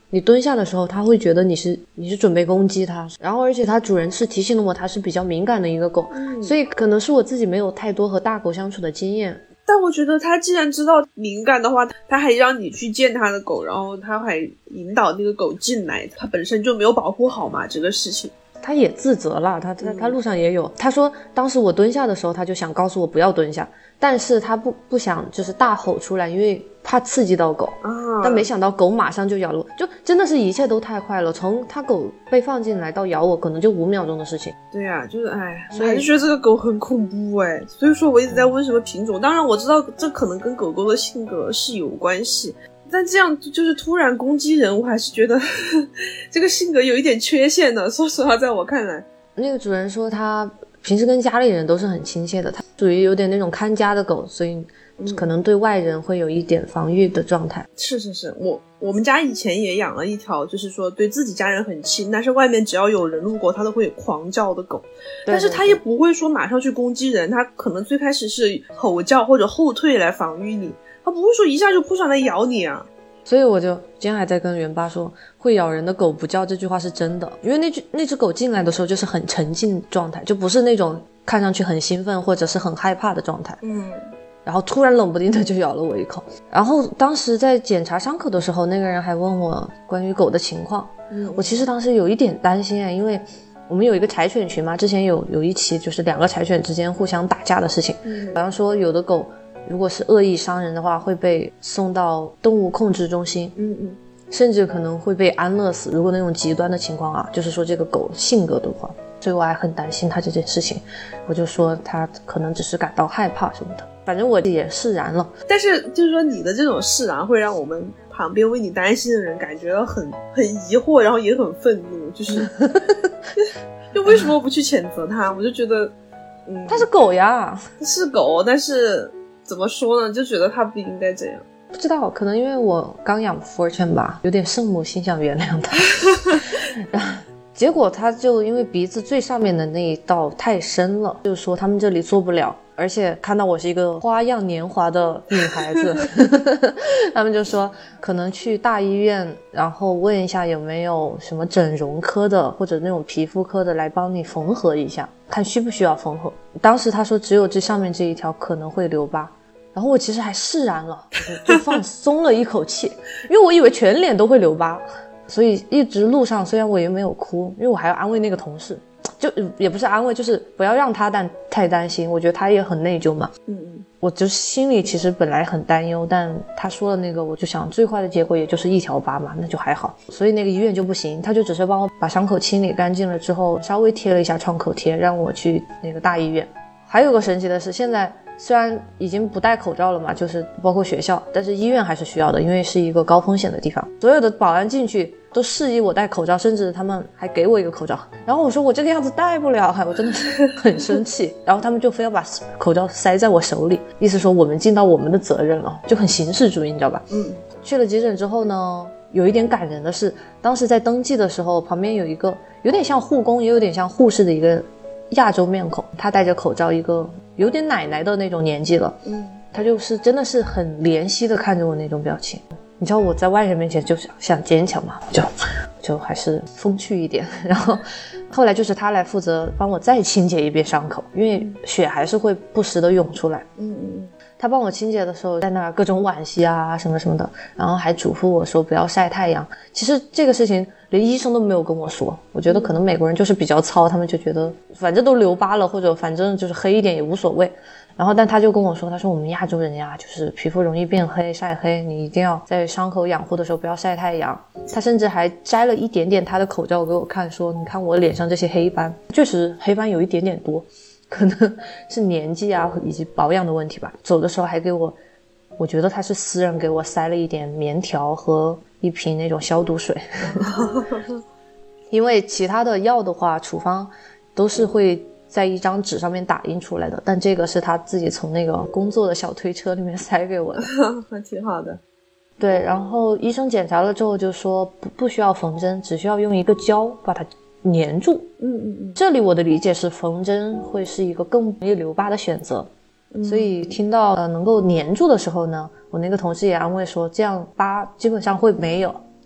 你蹲下的时候，它会觉得你是准备攻击它，然后而且它主人是提醒了我，它是比较敏感的一个狗，所以可能是我自己没有太多和大狗相处的经验。 但我觉得他既然知道敏感的话，他还让你去见他的狗，然后他还引导那个狗进来，他本身就没有保护好嘛这个事情。 他也自责了，他路上也有，他说当时我蹲下的时候，他就想告诉我不要蹲下，但是他不想就是大吼出来，因为怕刺激到狗但没想到狗马上就咬了我，就真的是一切都太快了，从他狗被放进来到咬我可能就5秒钟的事情。 对啊，就是我还是觉得这个狗很恐怖所以说我一直在问什么品种，当然我知道这可能跟狗狗的性格是有关系，但这样就是突然攻击人，我还是觉得这个性格有一点缺陷的，说实话在我看来。 那个主人说他平时跟家里人都是很亲切的，他属于有点那种看家的狗，所以可能对外人会有一点防御的状态。 是，我们家以前也养了一条就是说对自己家人很亲，但是外面只要有人路过它都会狂叫的狗，但是它也不会说马上去攻击人，它可能最开始是吼叫或者后退来防御你，它不会说一下就扑上来咬你啊。 所以我就今天还在跟元爸说，会咬人的狗不叫这句话是真的，因为那只狗进来的时候就是很沉浸状态，就不是那种看上去很兴奋或者是很害怕的状态。然后突然冷不丁的就咬了我一口，然后当时在检查伤口的时候，那个人还问我关于狗的情况。我其实当时有一点担心因为我们有一个柴犬群嘛，之前有一期就是2个柴犬之间互相打架的事情，好像说有的狗如果是恶意伤人的话会被送到动物控制中心，甚至可能会被安乐死，如果那种极端的情况就是说这个狗性格的话，所以我还很担心它这件事情，我就说它可能只是感到害怕什么的，反正我也释然了。 但是就是说你的这种释然会让我们旁边为你担心的人感觉到很疑惑，然后也很愤怒，就是就为什么不去谴责他？我就觉得它是狗呀， 是狗，但是怎么说呢，就觉得它不应该这样。 不知道，可能因为我刚养 Fortune 吧，有点圣母心想原谅他然后结果他就因为鼻子最上面的那一道太深了，就说他们这里做不了，而且看到我是一个花样年华的女孩子他们就说可能去大医院，然后问一下有没有什么整容科的或者那种皮肤科的来帮你缝合一下，看需不需要缝合。当时他说只有这上面这一条可能会留疤，然后我其实还释然了，就放松了一口气因为我以为全脸都会留疤，所以一直路上虽然我也没有哭，因为我还要安慰那个同事，就也不是安慰，就是不要让他太担心，我觉得他也很内疚嘛。我就心里其实本来很担忧，但他说的那个我就想最坏的结果也就是一条疤嘛，那就还好。所以那个医院就不行，他就只是帮我把伤口清理干净了之后稍微贴了一下创口贴，让我去那个大医院。还有个神奇的是，现在虽然已经不戴口罩了嘛，就是包括学校，但是医院还是需要的，因为是一个高风险的地方，所有的保安进去都示意我戴口罩，甚至他们还给我一个口罩，然后我说我这个样子戴不了，我真的是很生气然后他们就非要把口罩塞在我手里，意思说我们尽到我们的责任了，就很形式主义，你知道吧。去了急诊之后呢，有一点感人的是，当时在登记的时候，旁边有一个有点像护工也有点像护士的一个亚洲面孔，他戴着口罩，一个有点奶奶的那种年纪了，他就是真的是很怜惜的看着我那种表情。你知道我在外人面前就想坚强嘛，就还是风趣一点。然后后来就是他来负责帮我再清洁一遍伤口，因为血还是会不时的涌出来。他帮我清洁的时候在那各种惋惜什么什么的，然后还嘱咐我说不要晒太阳。其实这个事情连医生都没有跟我说，我觉得可能美国人就是比较糙，他们就觉得反正都留疤了，或者反正就是黑一点也无所谓。然后但他就跟我说，他说我们亚洲人呀就是皮肤容易变黑晒黑，你一定要在伤口养护的时候不要晒太阳。他甚至还摘了一点点他的口罩给我看，说你看我脸上这些黑斑，确实黑斑有一点点多，可能是年纪以及保养的问题吧。走的时候还给我觉得他是私人给我塞了一点棉条和一瓶那种消毒水因为其他的药的话处方都是会在一张纸上面打印出来的，但这个是他自己从那个工作的小推车里面塞给我的还挺好的。 对，然后医生检查了之后就说不需要缝针，只需要用一个胶把它粘住。这里我的理解是缝针会是一个更容易留疤的选择，所以听到能够粘住的时候呢，我那个同事也安慰说这样疤基本上会没有，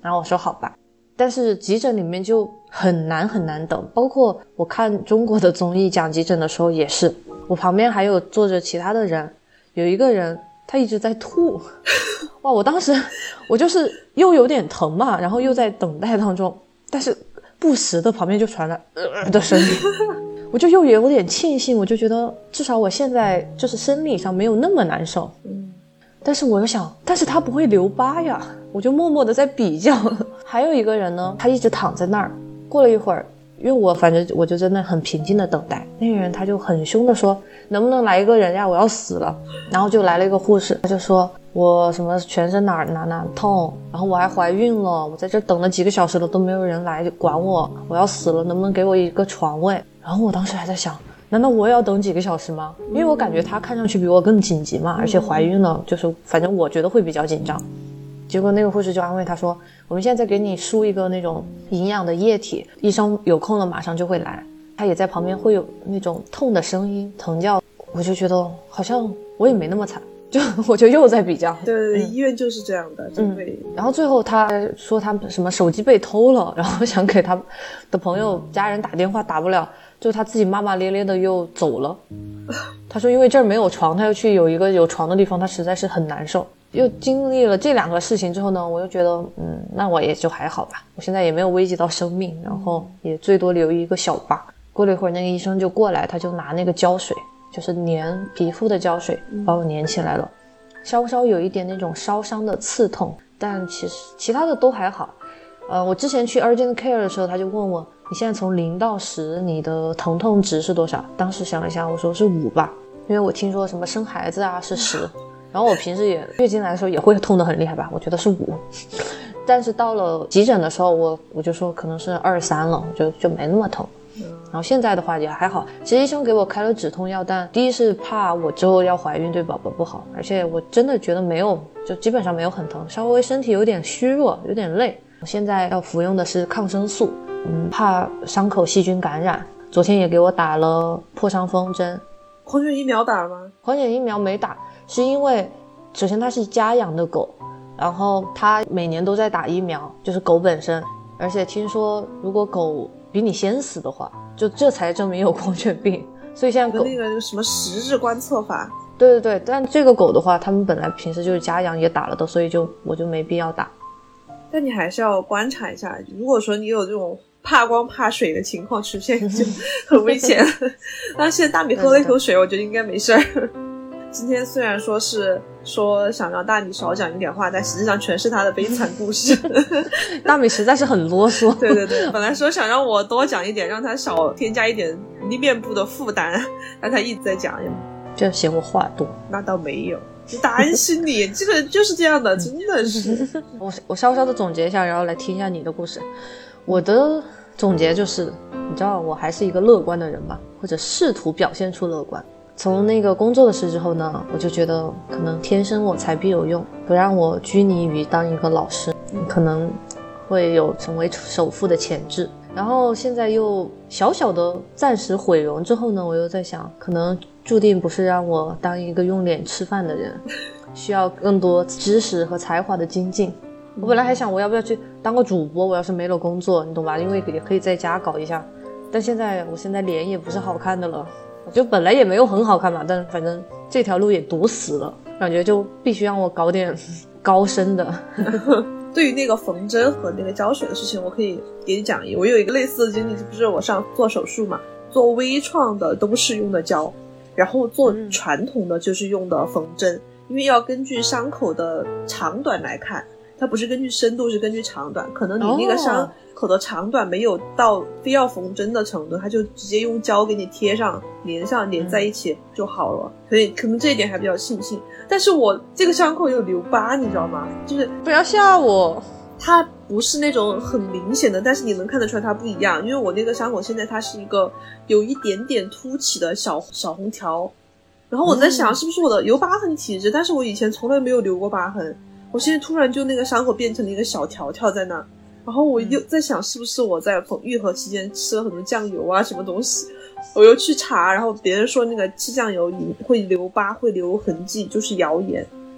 然后我说好吧。但是急诊里面就很难很难等，包括我看中国的综艺讲急诊的时候也是，我旁边还有坐着其他的人，有一个人他一直在吐，哇！我当时我就是又有点疼嘛，然后又在等待当中，但是不时的旁边就传来的声音，我就又有点庆幸，我就觉得至少我现在就是生理上没有那么难受。但是我又想，但是他不会留疤呀，我就默默的在比较。还有一个人呢，他一直躺在那儿，过了一会儿，因为反正我就真的很平静的等待，那个人他就很凶的说，能不能来一个人呀，我要死了。然后就来了一个护士，他就说我什么全身哪痛，然后我还怀孕了，我在这等了几个小时了都没有人来管我，我要死了，能不能给我一个床位。然后我当时还在想，难道我也要等几个小时吗？因为我感觉她看上去比我更紧急嘛，而且怀孕了，就是反正我觉得会比较紧张。结果那个护士就安慰她说，我们现在给你输一个那种营养的液体，医生有空了马上就会来。他也在旁边会有那种痛的声音疼叫，我就觉得好像我也没那么惨，就我就又在比较。 对，医院就是这样的，真会。 然后最后他说他什么手机被偷了，然后想给他的朋友家人打电话打不了，就他自己骂骂咧咧的又走了。他说因为这儿没有床，他又去有一个有床的地方，他实在是很难受。又经历了这两个事情之后呢，我就觉得那我也就还好吧，我现在也没有危及到生命，然后也最多留一个小疤。过了一会儿那个医生就过来，他就拿那个胶水，就是粘皮肤的胶水，把我粘起来了，稍稍有一点那种烧伤的刺痛，但其实其他的都还好。我之前去 urgent care 的时候，他就问我你现在从0到10你的疼痛值是多少，当时想了一下，我说是5吧，因为我听说什么生孩子啊是10，然后我平时也月经来的时候也会痛得很厉害吧，我觉得是5。但是到了急诊的时候，我就说可能是2、3了，就没那么痛。然后现在的话也还好，其实医生给我开了止痛药，但第一是怕我之后要怀孕对宝宝不好，而且我真的觉得没有，就基本上没有很疼，稍微身体有点虚弱，有点累。我现在要服用的是抗生素，怕伤口细菌感染。昨天也给我打了破伤风针。 狂犬疫苗打了吗？ 狂犬疫苗没打，是因为首先它是家养的狗，然后它每年都在打疫苗，就是狗本身，而且听说如果狗比你先死的话，就这才证明有狂犬病。所以现在狗那个什么10日观测法。 对，但这个狗的话他们本来平时就是家养也打了的，所以我就没必要打。 但你还是要观察一下，如果说你有这种怕光怕水的情况出现就很危险。但是现在大米喝了一口水，我觉得应该没事儿。今天虽然说是说想让大米少讲一点话，但实际上全是他的悲惨故事。 大米实在是很啰嗦。 对，本来说想让我多讲一点，让他少添加一点面部的负担，但他一直在讲， 就嫌我话多。 那倒没有，你担心你这个人就是这样的，真的是。 我稍稍的总结一下，然后来听一下你的故事。我的总结就是，你知道我还是一个乐观的人吧，或者试图表现出乐观。从那个工作的事之后呢，我就觉得可能天生我材必有用，不让我拘泥于当一个老师，可能会有成为首富的潜质。然后现在又小小的暂时毁容之后呢，我又在想，可能注定不是让我当一个用脸吃饭的人，需要更多知识和才华的精进。我本来还想我要不要去当个主播，我要是没了工作，你懂吧，因为也可以在家搞一下。但我现在脸也不是好看的了，就本来也没有很好看嘛，但反正这条路也堵死了，感觉就必须让我搞点高深的。 对于那个缝针和那个胶水的事情，我可以给你讲一个，我有一个类似的经历，不是我上做手术嘛，做微创的都是用的胶，然后做传统的就是用的缝针，因为要根据伤口的长短来看，它不是根据深度，是根据长短，可能你那个伤口的长短没有到非要缝针的程度，它就直接用胶给你贴上连在一起就好了，所以可能这一点还比较庆幸。但是我这个伤口有留疤，你知道吗？就是不要吓我， 它不是那种很明显的，但是你能看得出来它不一样，因为我那个伤口现在它是一个有一点点凸起的小红条，然后我在想是不是我的有疤痕体质，但是我以前从来没有留过疤痕，我现在突然就那个伤口变成了一个小条条在那，然后我又在想是不是我在愈合期间吃了很多酱油啊什么东西，我又去查，然后别人说那个吃酱油会留疤会留痕迹，就是谣言，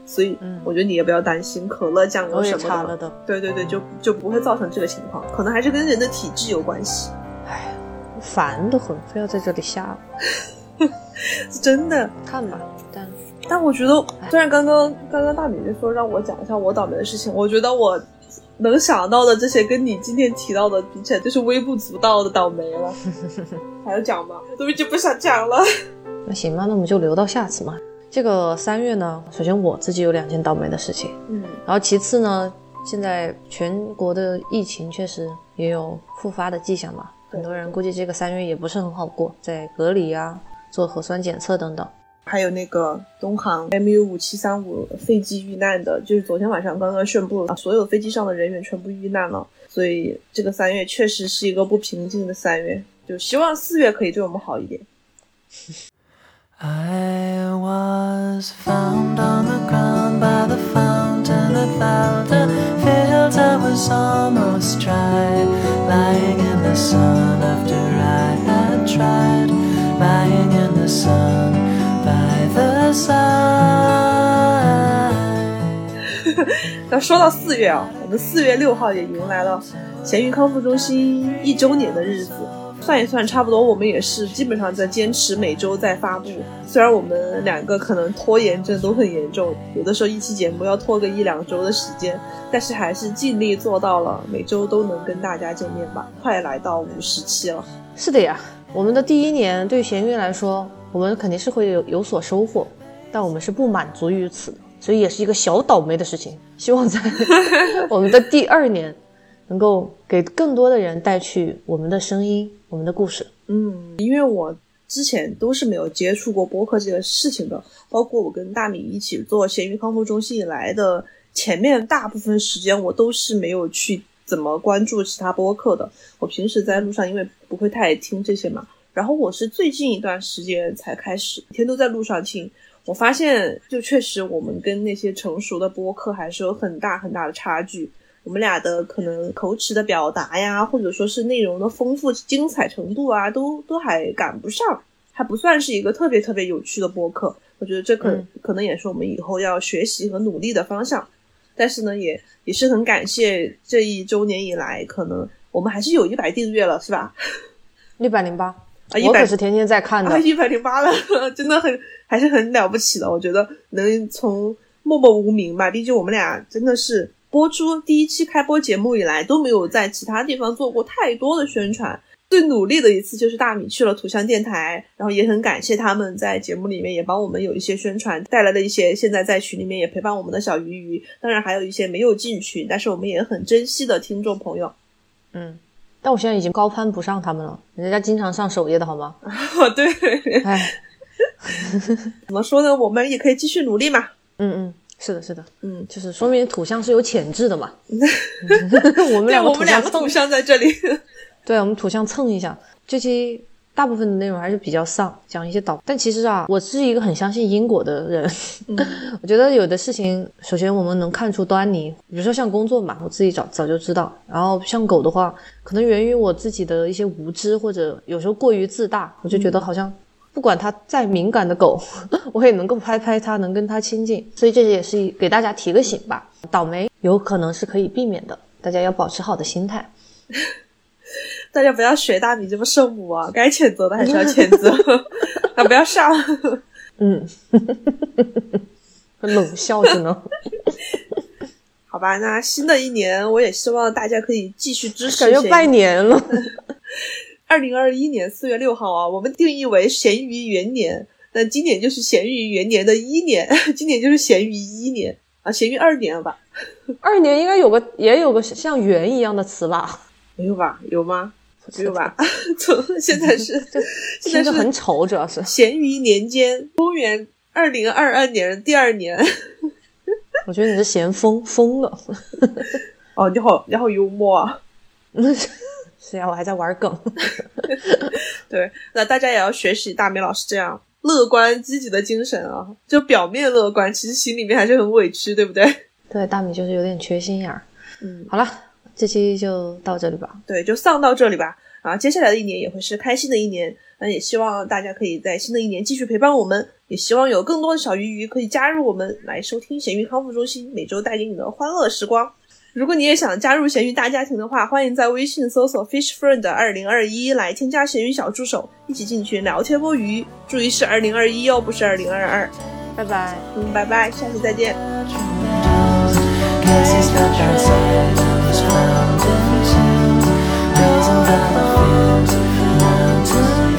所以我觉得你也不要担心可乐酱油什么的， 我也查了的。 对对对，就不会造成这个情况，可能还是跟人的体质有关系。 哎，烦得很，非要在这里下真的看吧。 但我觉得，虽然刚刚大米就说让我讲一下我倒霉的事情，我觉得我能想到的这些跟你今天提到的比起来，就是微不足道的倒霉了。还要讲吗？我都已经不想讲了。 那行吧，那我们就留到下次嘛。这个3月呢，首先我自己有2件倒霉的事情，然后其次呢，现在全国的疫情确实也有复发的迹象嘛，很多人估计这个3月也不是很好过，在隔离啊，做核酸检测等等。 还有那个东航 MU5735 飞机遇难的，就是昨天晚上刚刚宣布了，所有飞机上的人员全部遇难了，所以这个3月确实是一个不平静的3月，就希望4月可以对我们好一点。 I was found on the ground by the fountain that felt a field I was almost dry, lying in the sun after I had tried, lying in the sun by the side. 那说到4月啊，我们4月6号也迎来了咸鱼康复中心1周年的日子。算一算，差不多我们也是基本上在坚持每周在发布。虽然我们2个可能拖延症都很严重，有的时候一期节目要拖个1-2周的时间，但是还是尽力做到了每周都能跟大家见面吧。快来到50期了。 是的呀，我们的第1年对咸鱼来说，我们肯定是会有所收获，但我们是不满足于此的，所以也是一个小倒霉的事情。希望在我们的第2年能够给更多的人带去我们的声音，我们的故事。 因为我之前都是没有接触过播客这个事情的，包括我跟大米一起做咸鱼康复中心以来的前面大部分时间，我都是没有去怎么关注其他播客的。我平时在路上因为不会太听这些嘛，然后我是最近一段时间才开始每天都在路上听，我发现就确实我们跟那些成熟的播客还是有很大很大的差距。我们俩的可能口齿的表达呀，或者说是内容的丰富精彩程度啊，都还赶不上，还不算是一个特别特别有趣的播客。我觉得这可能也是我们以后要学习和努力的方向。但是呢，也是很感谢这1周年以来，可能我们还是有100订阅了，是吧 ？108我可是天天在看的。 108了，真的还是很了不起的。我觉得能从默默无名吧，毕竟我们俩真的是播出第1期开播节目以来都没有在其他地方做过太多的宣传。最努力的一次就是大米去了土象电台，然后也很感谢他们在节目里面也帮我们有一些宣传，带来了一些现在在群里面也陪伴我们的小鱼鱼，当然还有一些没有进群但是我们也很珍惜的听众朋友。 但我现在已经高攀不上他们了，人家经常上首页的好吗？ 对，怎么说呢，我们也可以继续努力嘛。 是的，就是说明土象是有潜质的嘛。我们两个土象在这里。 对，我们土象蹭一下。这期大部分的内容还是比较丧，讲一些但其实啊，我是一个很相信因果的人。我觉得有的事情，首先我们能看出端倪，比如说像工作嘛，我自己早就知道。然后像狗的话，可能源于我自己的一些无知，或者有时候过于自大，我就觉得好像不管它再敏感的狗，我也能够拍拍它，能跟它亲近。所以这也是给大家提个醒吧，倒霉有可能是可以避免的，大家要保持好的心态。 大家不要学大米这么圣母啊，该谴责的还是要谴责。不要上。 冷笑着呢。 好吧，那新的一年我也希望大家可以继续支持。 感觉拜年了。 2021年4月6号啊，我们定义为咸鱼元年，那今年就是咸鱼元年的1年，今年就是咸鱼1年啊，咸鱼2年了吧 ？2年应该也有个像元一样的词吧？ 没有吧？有吗？没有吧？现在是听着很丑，主要是咸鱼年间，公元2022年第2年。 我觉得你是咸疯了。 哦，你好幽默啊。 是呀，我还在玩梗。 对，那大家也要学习大米老师这样乐观积极的精神啊，就表面乐观，其实心里面还是很委屈，对不对？ 对，大米就是有点缺心眼儿。好了，这期就到这里吧。 对，就上到这里吧。然后接下来的1年也会是开心的1年，那也希望大家可以在新的1年继续陪伴我们， 也希望有更多的小鱼鱼可以加入我们来收听咸鱼康复中心，每周带给你的欢乐时光。如果你也想加入咸鱼大家庭的话，欢迎在微信搜索 fishfriend2021 来添加咸鱼小助手，一起进群聊天摸鱼。注意是2021哦，不是2022。 拜拜。 拜拜，下期再见。 Cause he's got that side of his mountain too, raising down the falls of mountain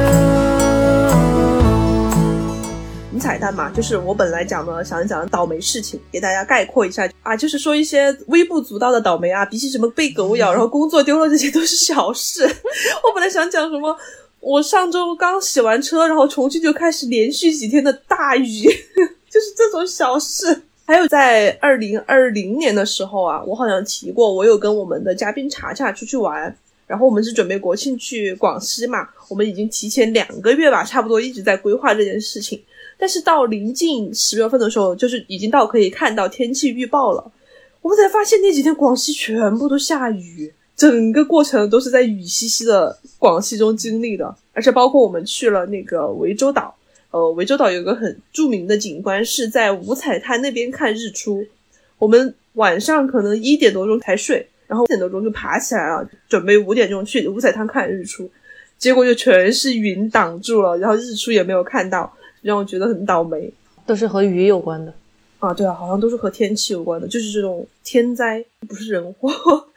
view. 彩蛋嘛，就是我本来讲的想一讲倒霉事情，给大家概括一下啊，就是说一些微不足道的倒霉啊，比起什么被狗咬然后工作丢了这些都是小事。我本来想讲什么，我上周刚洗完车，然后重庆就开始连续几天的大雨，就是这种小事。还有在2020年的时候啊，我好像提过，我有跟我们的嘉宾查查出去玩，然后我们是准备国庆去广西嘛，我们已经提前2个月吧，差不多一直在规划这件事情。但是到临近10月份的时候，就是已经到可以看到天气预报了，我们才发现那几天广西全部都下雨，整个过程都是在雨淅淅的广西中经历的。而且包括我们去了那个涠洲岛，涠洲岛有个很著名的景观是在五彩滩那边看日出，我们晚上可能1点多钟才睡，然后5点多钟就爬起来了，准备5点钟去五彩滩看日出，结果就全是云挡住了，然后日出也没有看到，让我觉得很倒霉。 都是和雨有关的啊，对啊，好像都是和天气有关的，就是这种天灾，不是人祸。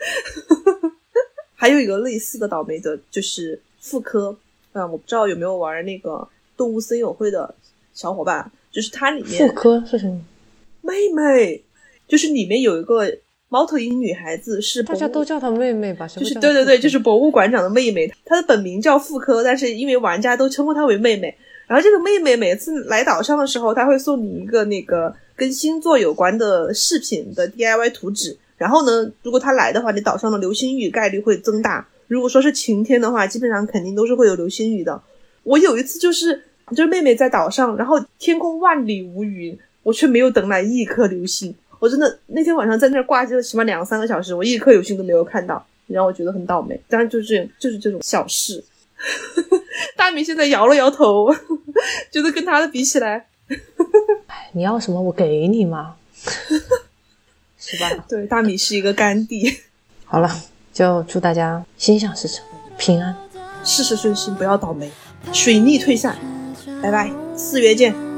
还有一个类似的倒霉的就是妇科，我不知道有没有玩那个动物森友会的小伙伴，就是它里面妇科是什么？ 妹妹，就是里面有一个猫头鹰女孩子，是大家都叫她妹妹吧？ 就是对对对，就是博物馆长的妹妹，她的本名叫妇科，但是因为玩家都称呼她为妹妹。然后这个妹妹每次来岛上的时候，她会送你一个那个跟星座有关的饰品的 DIY 图纸，然后呢，如果她来的话，你岛上的流星雨概率会增大，如果说是晴天的话，基本上肯定都是会有流星雨的。我有一次就是妹妹在岛上，然后天空万里无云，我却没有等来一颗流星，我真的那天晚上在那儿挂机了起码2-3个小时，我一颗流星都没有看到，让我觉得很倒霉。当然就是这种小事。大米现在摇了摇头，觉得跟他的比起来， 你要什么我给你嘛，是吧？ 对，大米是一个甘地。 好了，就祝大家心想事成，平安， 事事顺心，不要倒霉，水逆退散。拜拜，4月见。